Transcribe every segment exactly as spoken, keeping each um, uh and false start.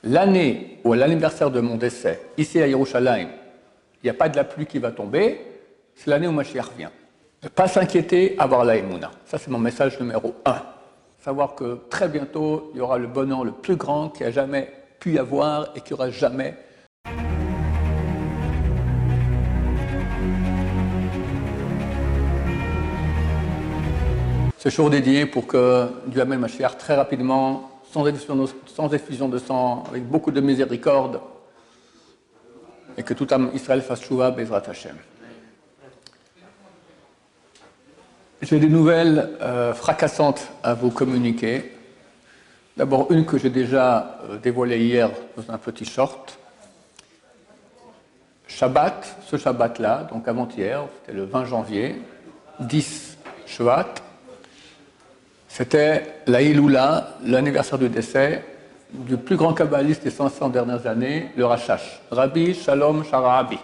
l'année ou à l'anniversaire de mon décès, ici à Yerushalayim, il n'y a pas de la pluie qui va tomber, c'est l'année où Mashiach vient. Ne pas s'inquiéter, avoir la Emouna. Ça, c'est mon message numéro un. Savoir que très bientôt, il y aura le bonheur le plus grand qu'il n'y a jamais pu y avoir et qu'il n'y aura jamais. Ce jour dédié pour que Dieu amène Mashiach très rapidement, sans effusion, de, sans effusion de sang, avec beaucoup de miséricorde, et que tout âme Israël fasse Shuvah Bezrat Hashem. J'ai des nouvelles euh, fracassantes à vous communiquer. D'abord une que j'ai déjà euh, dévoilée hier dans un petit short. Shabbat, ce Shabbat-là, donc avant-hier, c'était le vingt janvier, dix Shvat, c'était la Iloula, l'anniversaire du décès du plus grand kabbaliste des cinq cents dernières années, le Rashash, Rabbi Shalom Sharabi.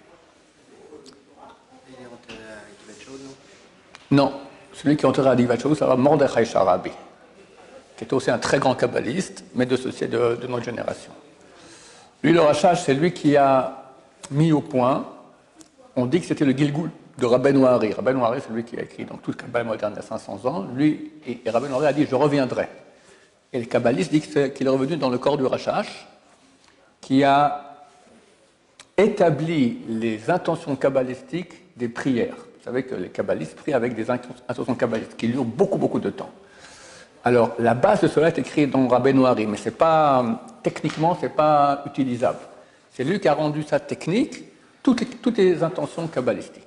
Non, celui qui est enterré à Divat Shaul, c'est Mordechai Sharabi, qui était aussi un très grand kabbaliste, mais de, ceci, de, de notre génération. Lui, le Rashash, c'est lui qui a mis au point, on dit que c'était le Gilgul de Rabbeinu Hari. Rabbeinu Hari, c'est lui qui a écrit donc, tout le Kabbale moderne il y a cinq cents ans. Lui, et, et Rabbeinu Hari a dit « je reviendrai ». Et le kabbaliste dit qu'il est revenu dans le corps du Rashash, qui a établi les intentions kabbalistiques des prières. Vous savez que les kabbalistes prient avec des intentions kabbalistiques qui durent beaucoup, beaucoup de temps. Alors, la base de cela est écrite dans Rabbeinu Hari, mais c'est pas, techniquement, ce n'est pas utilisable. C'est lui qui a rendu ça technique, toutes les, toutes les intentions kabbalistiques.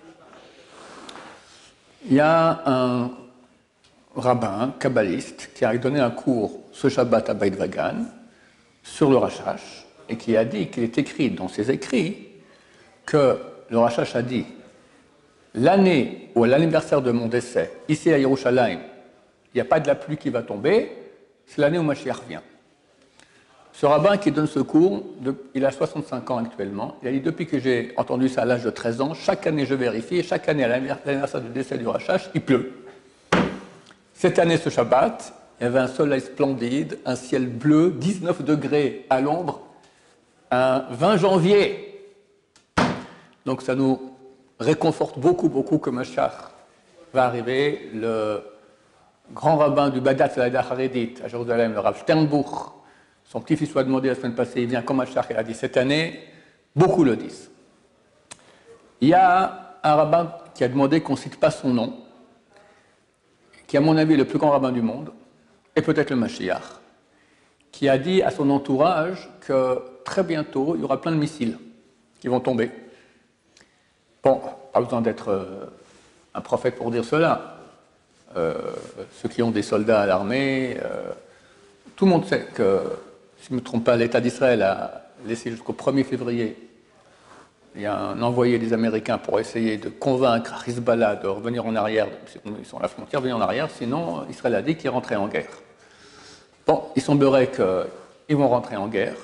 Il y a un rabbin kabbaliste qui a donné un cours ce Shabbat à Beit Vagan sur le Rashash et qui a dit qu'il est écrit dans ses écrits que le Rashash a dit l'année ou à l'anniversaire de mon décès, ici à Yerushalayim, il n'y a pas de la pluie qui va tomber, c'est l'année où Mashiach vient. Ce rabbin qui donne ce cours, il a soixante-cinq ans actuellement, il a dit depuis que j'ai entendu ça à l'âge de treize ans, chaque année je vérifie, et chaque année à l'anniversaire du décès du Rashash, il pleut. Cette année, ce Shabbat, il y avait un soleil splendide, un ciel bleu, dix-neuf degrés à l'ombre, un vingt janvier. Donc ça nous réconforte beaucoup, beaucoup que Mashiach va arriver. Le grand rabbin du Badat Salada Haredit à Jérusalem, le Rav Sternbuch, son petit-fils lui a demandé la semaine passée, il vient comme Mashiach, il a dit cette année, beaucoup le disent. Il y a un rabbin qui a demandé qu'on ne cite pas son nom, qui à mon avis est le plus grand rabbin du monde, et peut-être le Mashiach, qui a dit à son entourage que très bientôt, il y aura plein de missiles qui vont tomber. Bon, pas besoin d'être euh, un prophète pour dire cela. Euh, ceux qui ont des soldats à l'armée, euh, tout le monde sait que, si je ne me trompe pas, l'État d'Israël a laissé jusqu'au premier février, il y a un envoyé des Américains pour essayer de convaincre Hezbollah de revenir en arrière, ils sont à la frontière, revenir en arrière, sinon Israël a dit qu'il rentrait en guerre. Bon, il semblerait qu'ils vont rentrer en guerre,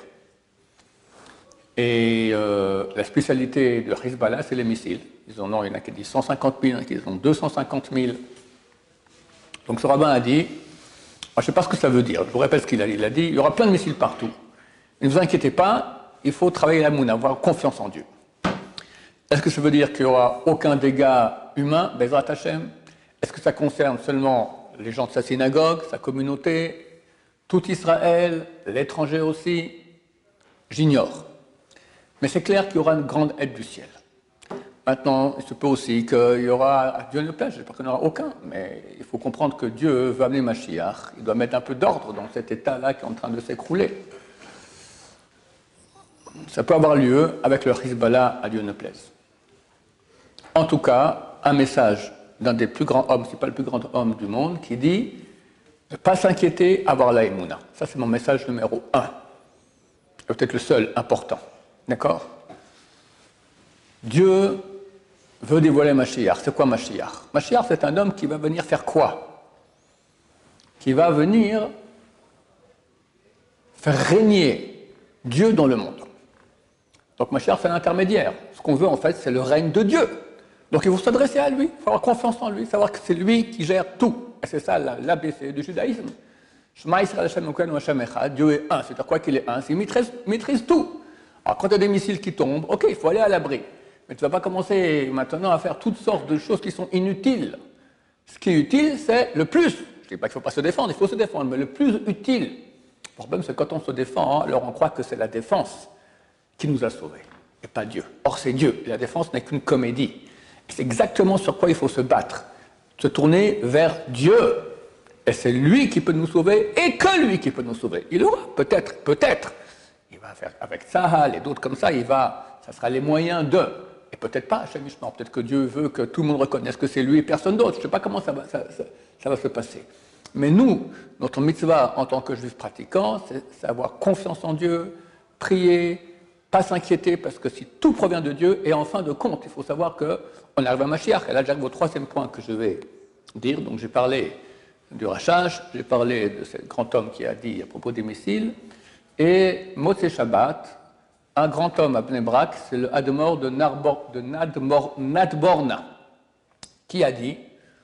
et euh, la spécialité de Hezbollah, c'est les missiles. Ils en ont, il y en a qui disent cent cinquante mille, il y en a qui ont deux cent cinquante mille. Donc ce rabbin a dit, je ne sais pas ce que ça veut dire, je vous répète ce qu'il a dit, il a dit, il y aura plein de missiles partout. Ne vous inquiétez pas, il faut travailler la mouna, avoir confiance en Dieu. Est-ce que ça veut dire qu'il n'y aura aucun dégât humain, Bezrat Hashem? Est-ce que ça concerne seulement les gens de sa synagogue, sa communauté, tout Israël, l'étranger aussi? J'ignore. Mais c'est clair qu'il y aura une grande aide du ciel. Maintenant, il se peut aussi qu'il y aura, à Dieu ne plaise, j'espère qu'il n'y en aura aucun, mais il faut comprendre que Dieu veut amener Mashiach, il doit mettre un peu d'ordre dans cet état-là qui est en train de s'écrouler. Ça peut avoir lieu avec le Hezbollah, à Dieu ne plaise. En tout cas, un message d'un des plus grands hommes, si pas le plus grand homme du monde, qui dit ne pas s'inquiéter, avoir la Emouna. Ça, c'est mon message numéro un. Peut-être le seul important. D'accord? Dieu veut dévoiler Mashiach. C'est quoi Mashiach? Mashiach, c'est un homme qui va venir faire quoi? Qui va venir faire régner Dieu dans le monde. Donc Mashiach, c'est l'intermédiaire. Ce qu'on veut, en fait, c'est le règne de Dieu. Donc il faut s'adresser à lui, il faut avoir confiance en lui, savoir que c'est lui qui gère tout. Et c'est ça l'A B C du judaïsme. Shema Yisrael Hashem Elokeinu Hashem Echad, Dieu est un, c'est-à-dire quoi qu'il est un, il maîtrise, maîtrise tout. Alors quand il y a des missiles qui tombent, ok, il faut aller à l'abri. Mais tu ne vas pas commencer maintenant à faire toutes sortes de choses qui sont inutiles. Ce qui est utile, c'est le plus. Je ne dis pas qu'il ne faut pas se défendre, il faut se défendre, mais le plus utile. Le problème, c'est quand on se défend, alors on croit que c'est la défense qui nous a sauvés, et pas Dieu. Or, c'est Dieu, et la défense n'est qu'une comédie. C'est exactement sur quoi il faut se battre. Se tourner vers Dieu. Et c'est lui qui peut nous sauver, et que lui qui peut nous sauver. Il aura, peut-être, peut-être. Il va faire avec Sahal et d'autres comme ça, il va, ça sera les moyens de. Et peut-être pas, Hachem Ishmael, peut-être que Dieu veut que tout le monde reconnaisse que c'est lui et personne d'autre. Je ne sais pas comment ça va, ça, ça, ça va se passer. Mais nous, notre mitzvah en tant que juifs pratiquants, c'est avoir confiance en Dieu, prier, pas s'inquiéter, parce que si tout provient de Dieu, et en fin de compte, il faut savoir qu'on arrive à Mashiach. Et là, j'arrive au troisième point que je vais dire. Donc j'ai parlé du Rashash, j'ai parlé de ce grand homme qui a dit à propos des missiles, et Motzei Shabbat, un grand homme à Bnei Brak, c'est le Hadmor de, Narbor, de Nadmor, Nadborna, qui a dit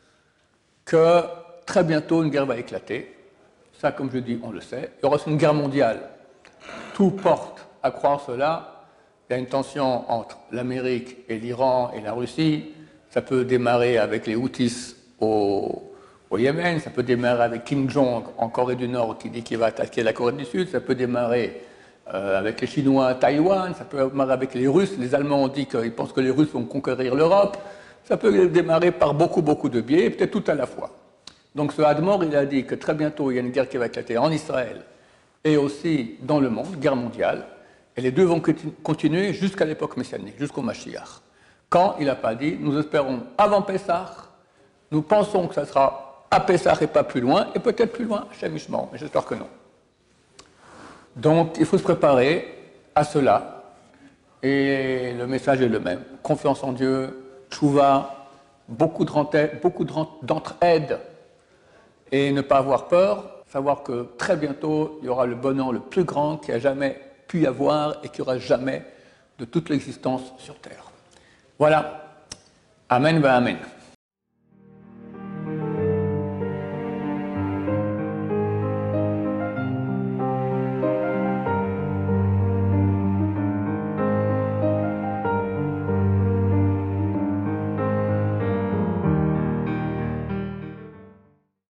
que très bientôt une guerre va éclater. Ça, comme je dis, on le sait. Il y aura une guerre mondiale. Tout porte à croire cela. Il y a une tension entre l'Amérique et l'Iran et la Russie. Ça peut démarrer avec les Houthis au, au Yémen. Ça peut démarrer avec Kim Jong en Corée du Nord qui dit qu'il va attaquer la Corée du Sud. Ça peut démarrer Euh, avec les Chinois à Taïwan, ça peut démarrer avec les Russes. Les Allemands ont dit qu'ils pensent que les Russes vont conquérir l'Europe. Ça peut démarrer par beaucoup, beaucoup de biais, peut-être tout à la fois. Donc ce Hadmor, il a dit que très bientôt, il y a une guerre qui va éclater en Israël et aussi dans le monde, guerre mondiale. Et les deux vont continuer jusqu'à l'époque messianique, jusqu'au Mashiach. Quand il n'a pas dit, nous espérons avant Pessah, nous pensons que ça sera à Pessah et pas plus loin, et peut-être plus loin, Hachem Ishmael, mais j'espère que non. Donc, il faut se préparer à cela. Et le message est le même. Confiance en Dieu, tchouva, beaucoup d'entraide et ne pas avoir peur. Savoir que très bientôt, il y aura le bonheur le plus grand qu'il n'y a jamais pu y avoir et qu'il n'y aura jamais de toute l'existence sur Terre. Voilà. Amen, va amen.